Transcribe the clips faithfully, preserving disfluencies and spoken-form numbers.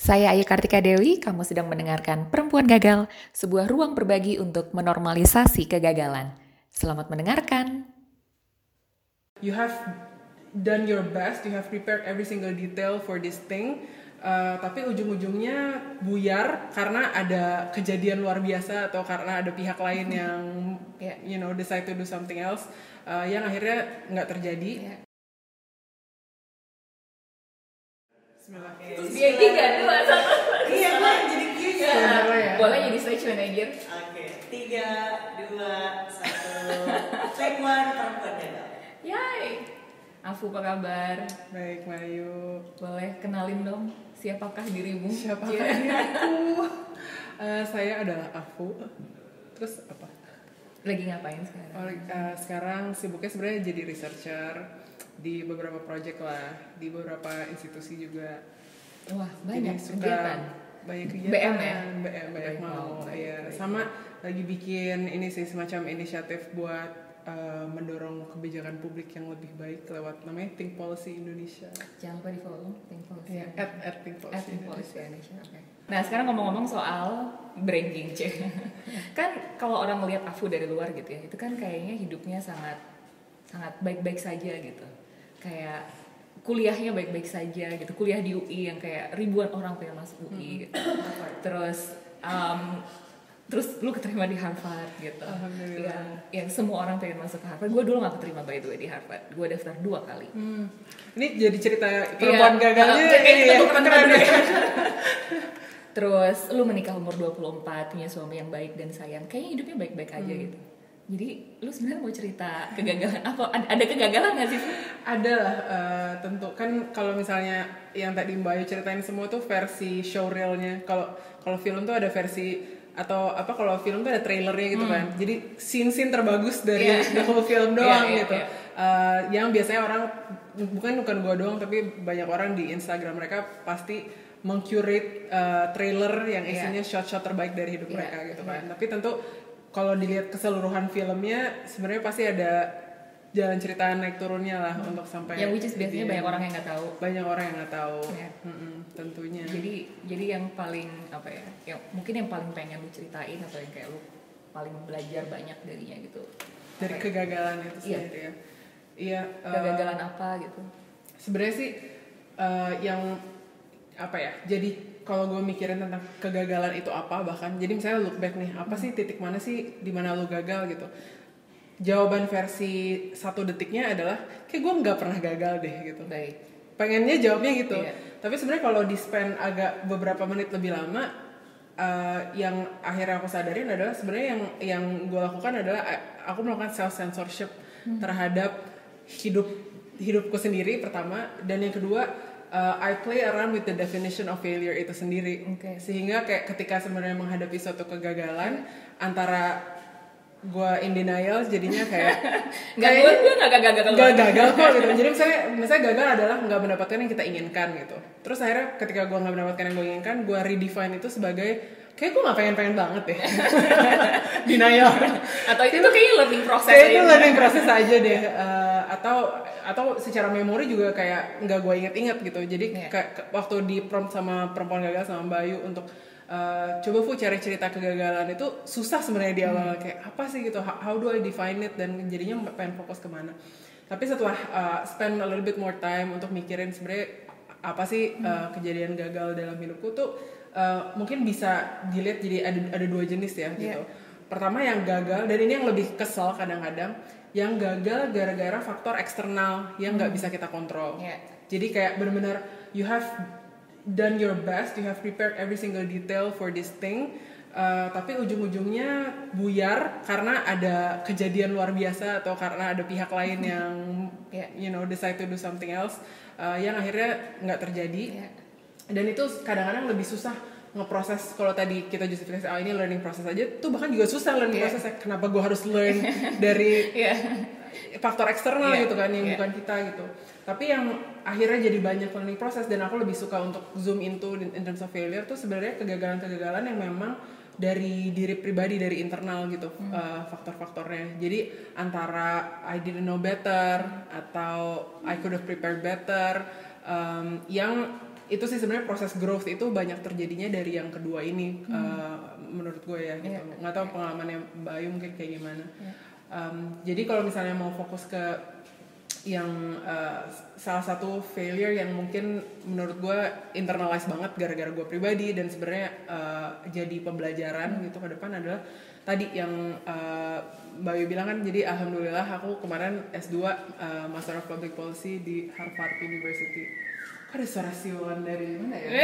Saya Ayu Kartika Dewi, kamu sedang mendengarkan Perempuan Gagal, sebuah ruang berbagi untuk menormalisasi kegagalan. Selamat mendengarkan. You have done your best, you have prepared every single detail for this thing, uh, tapi ujung-ujungnya buyar karena ada kejadian luar biasa atau karena ada pihak lain yang Yeah. you know decide to do something else, uh, yang akhirnya nggak terjadi. Yeah. Bismillah. Dia tiga, dua, satu. Iya, Pak, jadi Q ya. Boleh ya? Boleh jadi stage manager. Oke, tiga, dua, satu. Take one, perempuan gagal. Yay. Afu, apa kabar? Baik, Mayu. Boleh kenalin dong, siapakah dirimu? Siapakah Yeah. diriku? Uh, saya adalah Afu. Terus apa? Lagi ngapain sekarang? Oh, uh, sekarang sibuknya sebenarnya jadi researcher di beberapa project lah, di beberapa institusi juga. Wah, banyak Jadi suka kegiatan. banyak kegiatan. B M ya? B M, banyak Baik, mau. baik, Iya, baik. sama lagi bikin ini sih semacam inisiatif buat uh, mendorong kebijakan publik yang lebih baik lewat namanya Think Policy Indonesia. Jangan lupa di follow Think Policy. Iya, at, at Think Policy At Think Policy Indonesia. Indonesia. Oke. Nah, sekarang ngomong-ngomong soal branding, cek. Kan kalau orang melihat Afu dari luar gitu ya, itu kan kayaknya hidupnya sangat sangat baik-baik saja gitu. Kayak kuliahnya baik-baik saja gitu. Kuliah di U I yang kayak ribuan orang pengen masuk U I gitu. Terus um, terus lu keterima di Harvard gitu. Alhamdulillah. Ya, yang semua orang pengen masuk ke Harvard. Gue dulu gak keterima by the way di Harvard. Gue daftar dua kali. Hmm. Ini jadi cerita perempuan Iya, gagalnya. uh, kayak iya, kita tukeran keren dulu ya. ya. Terus lu menikah umur dua puluh empat, punya suami yang baik dan sayang. Kayaknya hidupnya baik-baik aja Hmm. gitu. Jadi lu sebenarnya mau cerita kegagalan apa? Ada, ada kegagalan gak sih? Ada lah, uh, tentu kan kalau misalnya yang tadi Mbak Ayu ceritain semua tuh versi showreelnya. Kalau kalau film tuh ada versi atau apa kalau film tuh ada trailernya gitu kan. Jadi scene-scene terbagus dari Yeah. the whole film doang Yeah, yeah, gitu. yeah. Uh, yang biasanya orang bukan bukan gua doang tapi banyak orang di Instagram mereka pasti mengcurate uh, trailer yang isinya shot-shot terbaik dari hidup Yeah, mereka gitu yeah. kan. Tapi tentu kalau dilihat keseluruhan filmnya sebenarnya pasti ada jalan cerita naik turunnya lah untuk sampai Yang which is biasanya jadi- banyak orang yang nggak tahu. banyak orang yang nggak tahu. Iya. Mm-mm, tentunya. Jadi jadi yang paling apa ya? Yang mungkin yang paling pengen lu ceritain atau yang kayak lu paling belajar banyak darinya gitu. Dari Apa ya? kegagalan itu Iya. sendiri ya. Iya. uh, Kegagalan apa gitu? Sebenarnya sih uh, yang apa ya? Jadi kalau gue mikirin tentang kegagalan itu apa bahkan, jadi misalnya look back nih, apa sih titik mana sih di mana lu gagal gitu? Jawaban versi satu detiknya adalah kayak gue nggak pernah gagal deh gitu. Baik. Pengennya jawabnya gitu. Iya. Tapi sebenarnya kalau di spend agak beberapa menit lebih lama, uh, yang akhirnya aku sadarin adalah sebenarnya yang yang gue lakukan adalah uh, aku melakukan self censorship hmm. terhadap hidup hidupku sendiri pertama, dan yang kedua uh, I play around with the definition of failure itu sendiri. Okay. Sehingga kayak ketika sebenarnya menghadapi suatu kegagalan antara gue in denial jadinya kayak Nggak, gue gue nggak gagal-gagal. gak gagal kok gitu. Jadi misalnya misalnya gagal adalah nggak mendapatkan yang kita inginkan gitu. Terus akhirnya ketika gue nggak mendapatkan yang gue inginkan, gue redefine itu sebagai kayak gue nggak pengen-pengen banget deh. Denial. Atau itu tuh kayaknya learning process Kayak itu aja. learning process aja deh. Uh, atau atau secara memori juga kayak nggak gue inget-inget gitu. Jadi Yeah. kayak ke- waktu di prompt sama perempuan gagal sama Mbak Ayu untuk Uh, coba Fu cari cerita kegagalan itu susah sebenarnya di awal. hmm. Kayak apa sih gitu, how, how do I define it, dan jadinya pengen fokus kemana. Tapi setelah uh, spend a little bit more time untuk mikirin sebenarnya apa sih uh, kejadian gagal dalam hidupku tuh, uh, mungkin bisa dilihat jadi ada ada dua jenis ya gitu. Yeah. Pertama yang gagal, dan ini yang lebih kesel kadang-kadang, yang gagal gara-gara faktor eksternal yang nggak hmm. bisa kita kontrol. Yeah. Jadi kayak benar-benar you have done your best, you have prepared every single detail for this thing, uh, tapi ujung-ujungnya buyar karena ada kejadian luar biasa atau karena ada pihak lain yang Yeah. you know decide to do something else, uh, yang akhirnya nggak terjadi. Yeah. Dan itu kadang-kadang lebih susah ngeproses. Kalau tadi kita justifikasi oh ini learning process aja, tuh bahkan juga susah learning Yeah. process. Kenapa gue harus learn dari Yeah. faktor eksternal Yeah. gitu kan yang Yeah. bukan kita gitu. Tapi yang akhirnya jadi banyak learning process, dan aku lebih suka untuk zoom into in terms of failure tuh sebenarnya kegagalan-kegagalan yang memang dari diri pribadi, dari internal gitu, hmm. uh, faktor-faktornya. Jadi antara I didn't know better atau I could have prepared better, um, yang itu sih sebenarnya proses growth itu banyak terjadinya dari yang kedua ini hmm. uh, menurut gue ya gitu. Yeah. Nggak tahu pengalamannya Mbak Ayu mungkin kayak gimana. Yeah. Um, jadi kalau misalnya mau fokus ke yang uh, salah satu failure yang mungkin menurut gue internalize banget gara-gara gue pribadi dan sebenarnya uh, jadi pembelajaran hmm. gitu ke depan adalah tadi yang uh, Mbak Ayu bilang kan, jadi alhamdulillah aku kemarin S dua uh, Master of Public Policy di Harvard University. Kok ada suara siulan dari mana ya?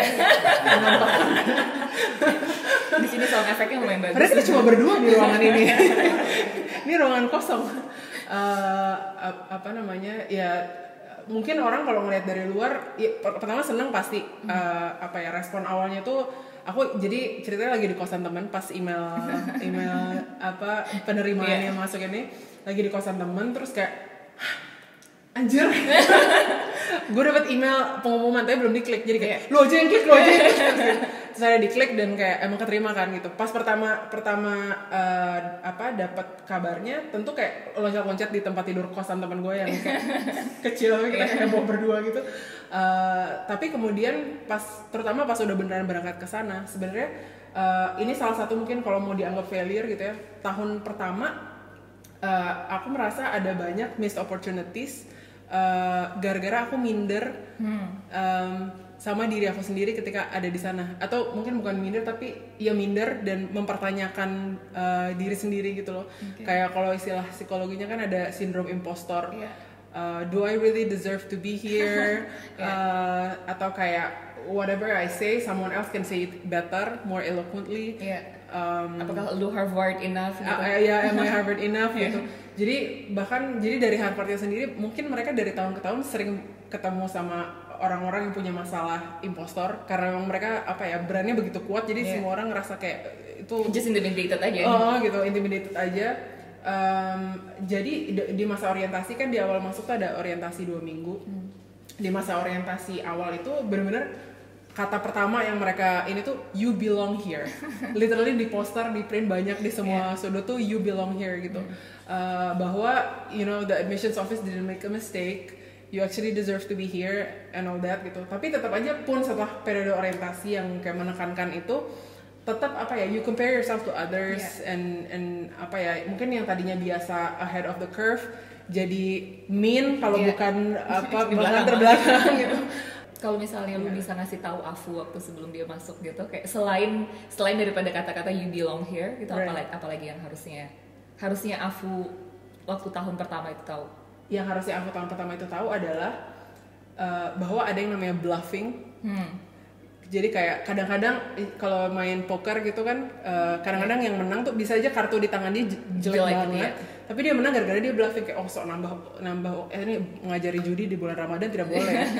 Di sini sound efeknya lumayan bagus. Padahal kita cuma berdua di ruangan ini. Ini ruangan kosong. Uh, apa namanya? Ya mungkin orang kalau ngeliat dari luar, ya, pertama seneng pasti. Uh, apa ya respon awalnya tuh. Aku jadi ceritanya lagi di kosan teman pas email email apa penerimaan yang masuk ini lagi di kosan teman terus kayak anjir gue dapat email pengumuman tapi belum diklik jadi kayak lo aja yang klik lo aja yang klik terus saya diklik dan kayak emang keterima kan gitu pas pertama pertama uh, apa dapat kabarnya tentu kayak loncat-loncat di tempat tidur kosan teman gue yang kayak kecil kita kayak heboh berdua gitu uh, tapi kemudian pas terutama pas udah beneran berangkat ke sana sebenarnya uh, ini salah satu mungkin kalau mau dianggap failure gitu ya tahun pertama uh, aku merasa ada banyak missed opportunities Uh, gara-gara aku minder hmm. um, sama diri aku sendiri ketika ada di sana atau mungkin bukan minder tapi ya minder dan mempertanyakan uh, diri sendiri gitu loh okay. Kayak kalau istilah psikologinya kan ada sindrom impostor yeah. uh, do I really deserve to be here yeah. uh, atau kayak whatever I say someone else can say it better more eloquently yeah. Um, apakah lu Harvard enough gitu? Uh, ya, am I Harvard enough gitu. Jadi bahkan jadi dari Harvardnya sendiri mungkin mereka dari tahun ke tahun sering ketemu sama orang-orang yang punya masalah impostor karena memang mereka apa ya brandnya begitu kuat jadi yeah. semua orang ngerasa kayak itu just intimidated aja. Oh gitu, intimidated aja. Um, jadi di, di masa orientasi kan di awal masuk tuh ada orientasi dua minggu. Hmm. Di masa orientasi awal itu benar-benar kata pertama yang mereka ini tuh you belong here, literally di poster di print banyak di semua yeah. sudut tuh you belong here gitu, mm. uh, bahwa you know the admissions office didn't make a mistake, you actually deserve to be here and all that gitu. Tapi tetap aja pun setelah periode orientasi yang kayak menekankan itu, tetap apa ya you compare yourself to others yeah. and and apa ya mungkin yang tadinya biasa ahead of the curve jadi mean kalau yeah. bukan apa bahkan terbelakang gitu. Kalau misalnya yeah. lu bisa ngasih tahu Afu waktu sebelum dia masuk gitu kayak selain selain daripada kata-kata you belong here gitu right. apalagi apalagi yang harusnya harusnya Afu waktu tahun pertama itu tahu. Yang harusnya Afu tahun pertama itu tahu adalah uh, bahwa ada yang namanya bluffing. Hmm. Jadi kayak kadang-kadang kalau main poker gitu kan uh, kadang-kadang yang menang tuh bisa aja kartu di tangan dia jelek, jelek banget. Ya. Tapi dia menang gara-gara dia bluffing kayak oh sok nambah nambah eh ini mengajari judi di bulan Ramadan tidak boleh ya.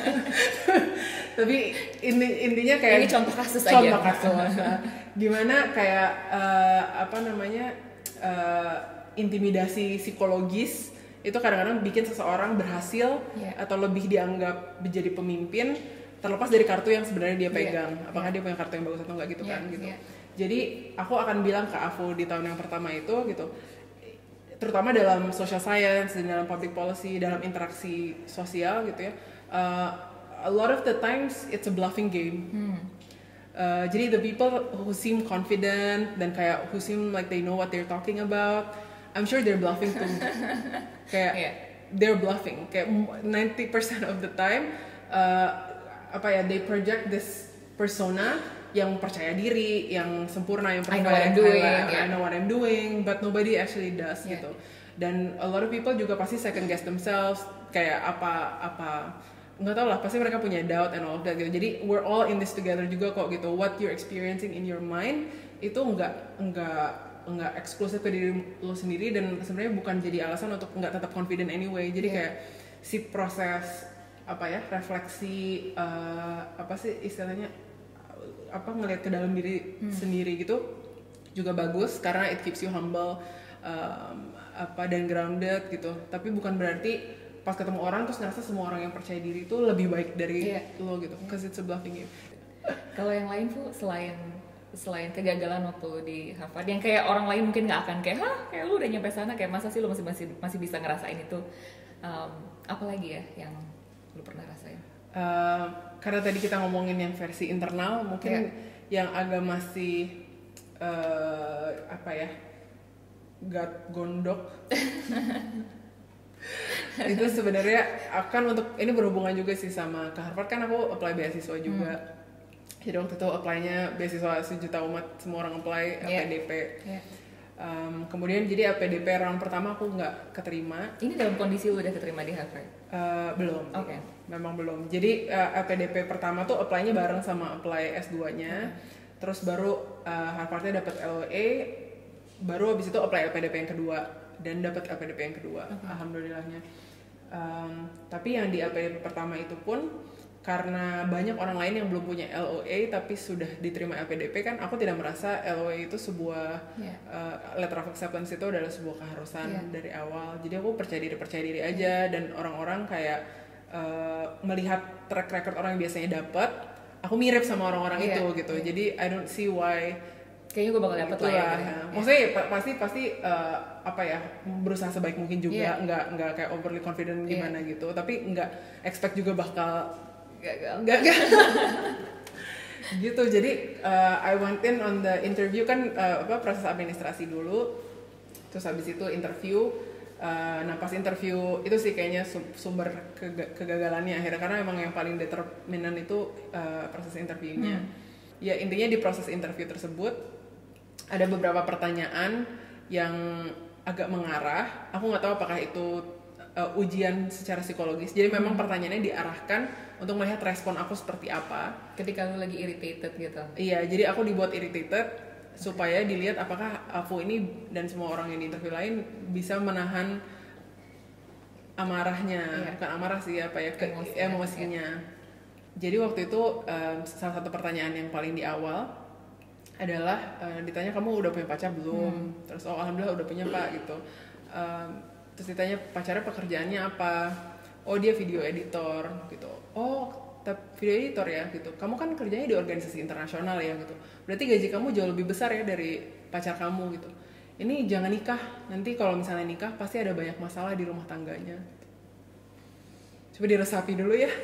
Tapi ini intinya kayak ini contoh kasus contoh aja. Contoh kasus. Gimana kayak uh, apa namanya uh, intimidasi psikologis itu kadang-kadang bikin seseorang berhasil yeah. atau lebih dianggap menjadi pemimpin terlepas dari kartu yang sebenarnya dia pegang. Yeah. Apakah yeah. dia punya kartu yang bagus atau enggak gitu yeah. kan gitu. Yeah. Jadi aku akan bilang ke Afu di tahun yang pertama itu gitu. Terutama dalam social science dan dalam public policy, dalam interaksi sosial gitu ya. Uh, a lot of the times it's a bluffing game. Hmm. Uh, jadi the people who seem confident dan kayak who seem like they know what they're talking about, I'm sure they're bluffing too. Kayak yeah. they're bluffing. Kayak ninety percent of the time uh, apa ya they project this persona yang percaya diri, yang sempurna, yang I know what I'm doing, I, yeah. I know what I'm doing, but nobody actually does yeah. gitu. Dan a lot of people juga pasti second guess themselves, kayak apa apa nggak tau lah, pasti mereka punya doubt and all of that gitu. Jadi we're all in this together juga kok gitu. What you're experiencing in your mind itu nggak nggak nggak eksklusif ke diri lo sendiri dan sebenarnya bukan jadi alasan untuk nggak tetap confident anyway. Jadi yeah. kayak si proses apa ya refleksi uh, apa sih istilahnya apa ngelihat ke dalam diri hmm. sendiri gitu juga bagus karena it keeps you humble um, apa dan grounded gitu. Tapi bukan berarti pas ketemu orang terus ngerasa semua orang yang percaya diri itu lebih baik dari yeah. lo gitu, because it's a bluffing game. Kalau yang lain tuh selain selain kegagalan waktu di Harvard yang kayak orang lain mungkin nggak akan kayak hah kayak lu udah nyampe sana kayak masa sih lu masih masih masih bisa ngerasain itu, um, apa lagi ya yang lu pernah rasain? uh, karena tadi kita ngomongin yang versi internal, mungkin yeah. yang agak masih uh, apa ya, gat gondok. Itu sebenarnya akan untuk ini berhubungan juga sih sama ke Harvard, kan aku apply beasiswa juga. Hmm. Jadi waktu itu apply-nya beasiswa sejuta umat, semua orang apply yeah. A P D P. Yeah. Um, kemudian jadi A P D P round pertama aku nggak keterima. Ini dalam kondisi lu udah keterima di Harvard? Uh, belum. Oke. Okay. Memang belum. Jadi uh, A P D P pertama tuh apply-nya bareng sama apply S dua-nya. Okay. Terus baru uh, Harvard-nya dapat L O A, baru habis itu apply L P D P yang kedua dan dapat L P D P yang kedua. Okay. Alhamdulillahnya. Um, tapi yang di L P D P pertama itu pun karena banyak orang lain yang belum punya L O A tapi sudah diterima L P D P, kan aku tidak merasa L O A itu sebuah yeah. uh, letter of acceptance itu adalah sebuah keharusan yeah. dari awal. Jadi aku percaya diri percaya diri aja, dan orang-orang kayak uh, melihat track record orang yang biasanya dapat, aku mirip sama orang-orang yeah. itu gitu. Yeah. Jadi I don't see why kayaknya gue bakal dapet lah ya. ya. Maksudnya ya, pasti pasti uh, apa ya, berusaha sebaik mungkin juga, yeah. nggak nggak kayak overly confident gimana yeah. gitu, tapi nggak expect juga bakal gagal. Gagal. Gitu. Jadi uh, I went in on the interview, kan uh, apa proses administrasi dulu. Terus habis itu interview. Uh, nah pas interview itu sih kayaknya sumber keg- kegagalannya akhirnya, karena emang yang paling determinan itu uh, proses interviewnya. Hmm. Ya intinya di proses interview tersebut ada beberapa pertanyaan yang agak mengarah. Aku nggak tahu apakah itu uh, ujian secara psikologis. Jadi memang hmm. pertanyaannya diarahkan untuk melihat respon aku seperti apa ketika lu lagi irritated gitu. Iya, jadi aku dibuat irritated supaya dilihat apakah aku ini dan semua orang yang di interview lain bisa menahan amarahnya, iya. bukan amarah sih apa ya, ke, Emosi, emosinya. Ya. Jadi waktu itu um, salah satu pertanyaan yang paling di awal adalah uh, ditanya kamu udah punya pacar belum? Hmm. Terus oh alhamdulillah udah punya pak gitu. Um, terus ditanya pacarnya pekerjaannya apa? Oh dia video editor gitu. Oh video editor ya gitu. Kamu kan kerjanya di organisasi internasional ya gitu. Berarti gaji kamu jauh lebih besar ya dari pacar kamu gitu. Ini jangan nikah. Nanti kalau misalnya nikah pasti ada banyak masalah di rumah tangganya. Coba diresapi dulu ya.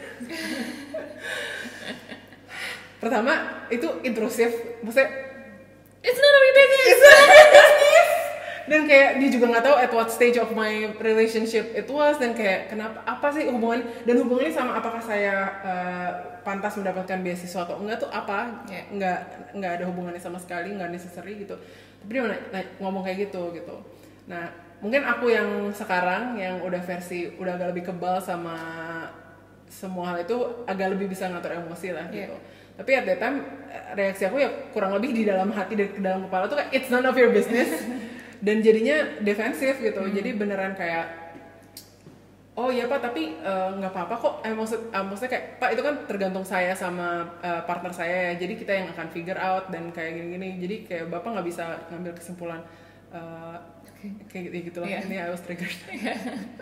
Pertama itu intrusif. Maksudnya it's none of your business. It's none of your business. Dan kayak dia juga nggak tahu at what stage of my relationship it was, dan kayak kenapa, apa sih hubungan, dan hubungannya sama apakah saya uh, pantas mendapatkan beasiswa atau enggak tuh apa, yeah. nggak nggak ada hubungannya sama sekali, nggak necessary gitu. Tapi dia nah, ngomong kayak gitu gitu. Nah mungkin aku yang sekarang yang udah versi udah agak lebih kebal sama semua hal itu, agak lebih bisa ngatur emosi lah gitu. Yeah. Tapi at that time reaksi aku ya kurang lebih di dalam hati dan di dalam kepala tuh kayak it's none of your business. Dan jadinya defensif gitu. Hmm. Jadi beneran kayak oh iya pak, tapi nggak uh, apa-apa kok. Eh, maksud, uh, maksudnya kayak pak itu kan tergantung saya sama uh, partner saya ya. Jadi kita yang akan figure out dan kayak gini-gini. Jadi kayak bapak nggak bisa ngambil kesimpulan uh, okay. kayak gitu lah. Yeah. Ini I was triggered. Yeah.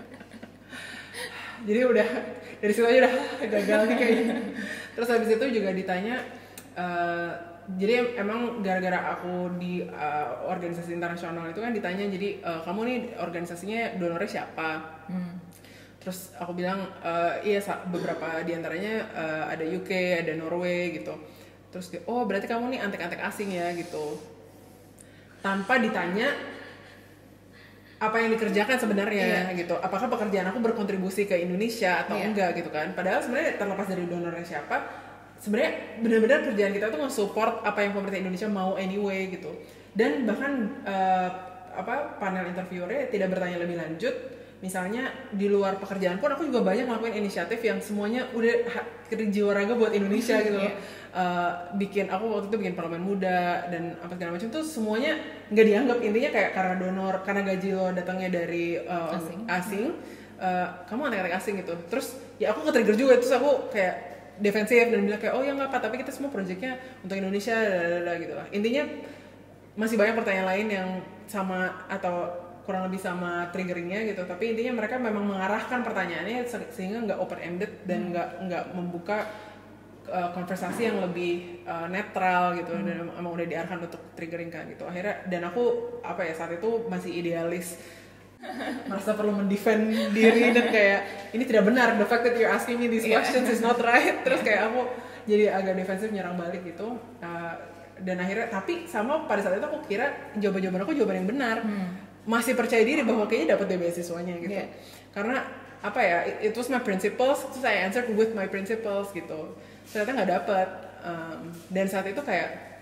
Jadi udah dari situ aja udah gagal nih kayaknya. Terus habis itu juga ditanya. Uh, Jadi emang gara-gara aku di uh, organisasi internasional itu kan ditanya, jadi uh, kamu nih organisasinya donornya siapa? Hmm. Terus aku bilang uh, iya beberapa diantaranya uh, ada U K, ada Norway gitu. Terus dia, oh berarti kamu nih antek-antek asing ya gitu. Tanpa ditanya apa yang dikerjakan sebenarnya yeah. gitu. Apakah pekerjaan aku berkontribusi ke Indonesia atau yeah. enggak gitu kan? Padahal sebenarnya terlepas dari donornya siapa, sebenarnya benar-benar kerjaan kita tuh nge-support apa yang pemerintah Indonesia mau anyway gitu. Dan bahkan uh, apa panel interviewernya tidak bertanya lebih lanjut. Misalnya di luar pekerjaan pun aku juga banyak ngelakuin inisiatif yang semuanya udah jiwa raga buat Indonesia gitu loh. Uh, bikin aku waktu itu bikin parlemen muda dan apa segala macam tuh semuanya nggak dianggap, intinya kayak karena donor, karena gaji lo datangnya dari uh, asing, asing uh, kamu antek-antek asing gitu. Terus ya aku ke-trigger juga, terus aku kayak defensif dan bilang kayak oh ya nggak apa, tapi kita semua proyeknya untuk Indonesia lalala, gitu lah. Intinya masih banyak pertanyaan lain yang sama atau kurang lebih sama triggeringnya gitu, tapi intinya mereka memang mengarahkan pertanyaannya sehingga nggak open ended dan nggak hmm. nggak membuka uh, konversasi yang lebih uh, netral gitu. Hmm. Dan emang udah diarahkan untuk triggering kan gitu akhirnya. Dan aku apa ya saat itu masih idealis merasa perlu mendefend diri dan kayak ini tidak benar, the fact that you're asking me these Yeah. questions is not right. Terus kayak aku jadi agak defensif nyerang balik gitu. Uh, dan akhirnya tapi sama pada saat itu aku kira jawaban-jawaban aku jawaban yang benar. Hmm. Masih percaya diri bahwa kayaknya dapat deh beasiswanya gitu. Yeah. Karena apa ya, it, it was my principles, terus I answered with my principles gitu. Ternyata nggak dapet. Um, dan saat itu kayak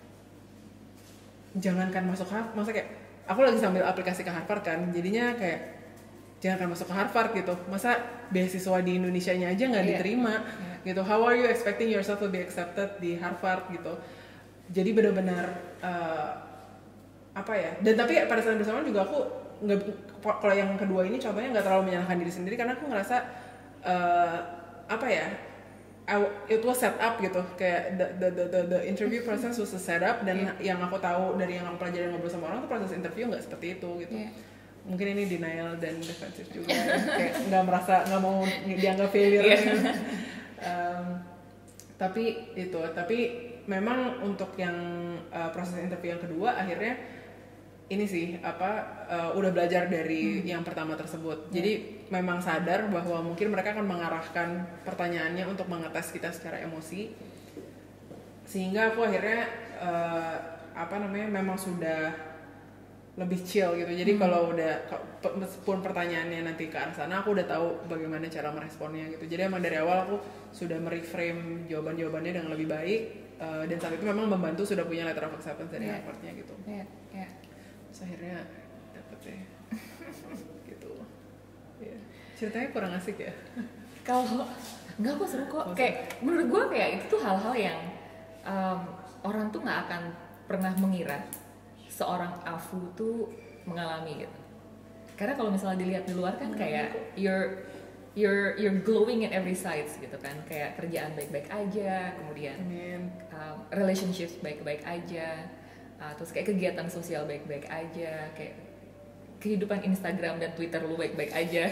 jangankan masuk Harvard, maksudnya kayak aku lagi sambil aplikasi ke Harvard kan, jadinya kayak jangankan masuk ke Harvard gitu, masa beasiswa di Indonesianya aja nggak Yeah. diterima Yeah. gitu. How are you expecting yourself to be accepted di Harvard gitu? Jadi benar-benar uh, apa ya? Dan tapi pada saat bersamaan juga aku nggak, kalau yang kedua ini cobanya nggak terlalu menyalahkan diri sendiri karena aku ngerasa uh, apa ya? I, it was set up gitu, kayak the, the the the the interview process was a set up, dan yeah. yang aku tahu dari yang aku pelajari ngobrol sama orang tuh proses interview nggak seperti itu gitu. Yeah. Mungkin ini denial dan defensif juga, kayak nggak merasa nggak mau dianggap failure. Yeah. Gitu. Um, tapi itu, tapi memang untuk yang uh, proses interview yang kedua akhirnya ini sih apa uh, udah belajar dari hmm. yang pertama tersebut. Hmm. Jadi memang sadar bahwa mungkin mereka akan mengarahkan pertanyaannya untuk mengetes kita secara emosi. Sehingga aku akhirnya uh, apa namanya memang sudah lebih chill gitu. Jadi hmm. kalau udah meskipun pertanyaannya nanti ke arah sana, aku udah tahu bagaimana cara meresponnya gitu. Jadi emang dari awal aku sudah mereframe jawaban-jawabannya dengan lebih baik, uh, dan saat itu memang membantu sudah punya letter of acceptance dari yeah. Harvard-nya gitu. Yeah. Yeah. Terus akhirnya dapet deh gitu. Yeah. Ceritanya kurang asik ya? Kalau enggak, kok seru kok. Kayak menurut gue kayak itu tuh hal-hal yang um, orang tuh nggak akan pernah mengira seorang Afu tuh mengalami gitu. Karena kalau misalnya dilihat di luar kan kayak you're you're you're glowing in every sides gitu kan, kayak kerjaan baik-baik aja, kemudian um, relationships baik-baik aja, uh, terus kayak kegiatan sosial baik-baik aja, kayak kehidupan Instagram dan Twitter lu baik-baik aja.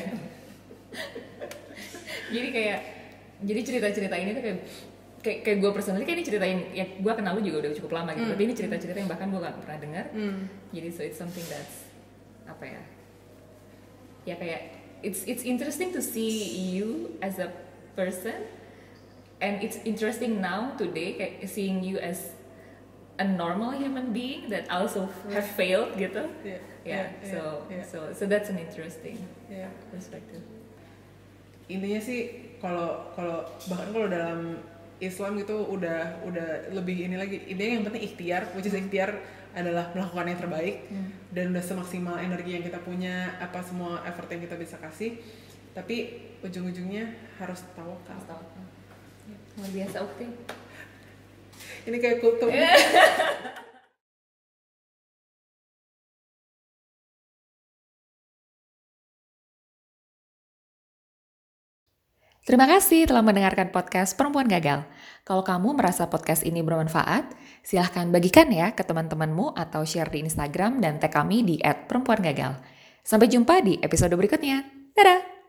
Jadi kayak jadi cerita-cerita ini tuh kayak kayak, kayak gue personally kayak ini ceritain ya, gue kenal lu juga udah cukup lama gitu, mm. tapi ini cerita-cerita yang bahkan gue gak pernah dengar. Mm. Jadi so it's something that's apa ya ya kayak it's it's interesting to see you as a person, and it's interesting now today kayak seeing you as a normal human being that also yeah. have failed gitu. Yeah. Yeah. yeah so yeah. so so that's an interesting yeah. perspective. Intinya sih kalau kalau bahkan kalau dalam Islam gitu udah udah lebih ini lagi, intinya yang penting ikhtiar, which is ikhtiar adalah melakukan yang terbaik, hmm. dan udah semaksimal energi yang kita punya, apa semua effort yang kita bisa kasih, tapi ujung-ujungnya harus tawakal. Harus tawakal. Ya, luar biasa Ukti. Ini kayak kutub. Terima kasih telah mendengarkan podcast Perempuan Gagal. Kalau kamu merasa podcast ini bermanfaat, silahkan bagikan ya ke teman-temanmu atau share di Instagram dan tag kami di et perempuan gagal. Sampai jumpa di episode berikutnya. Dadah!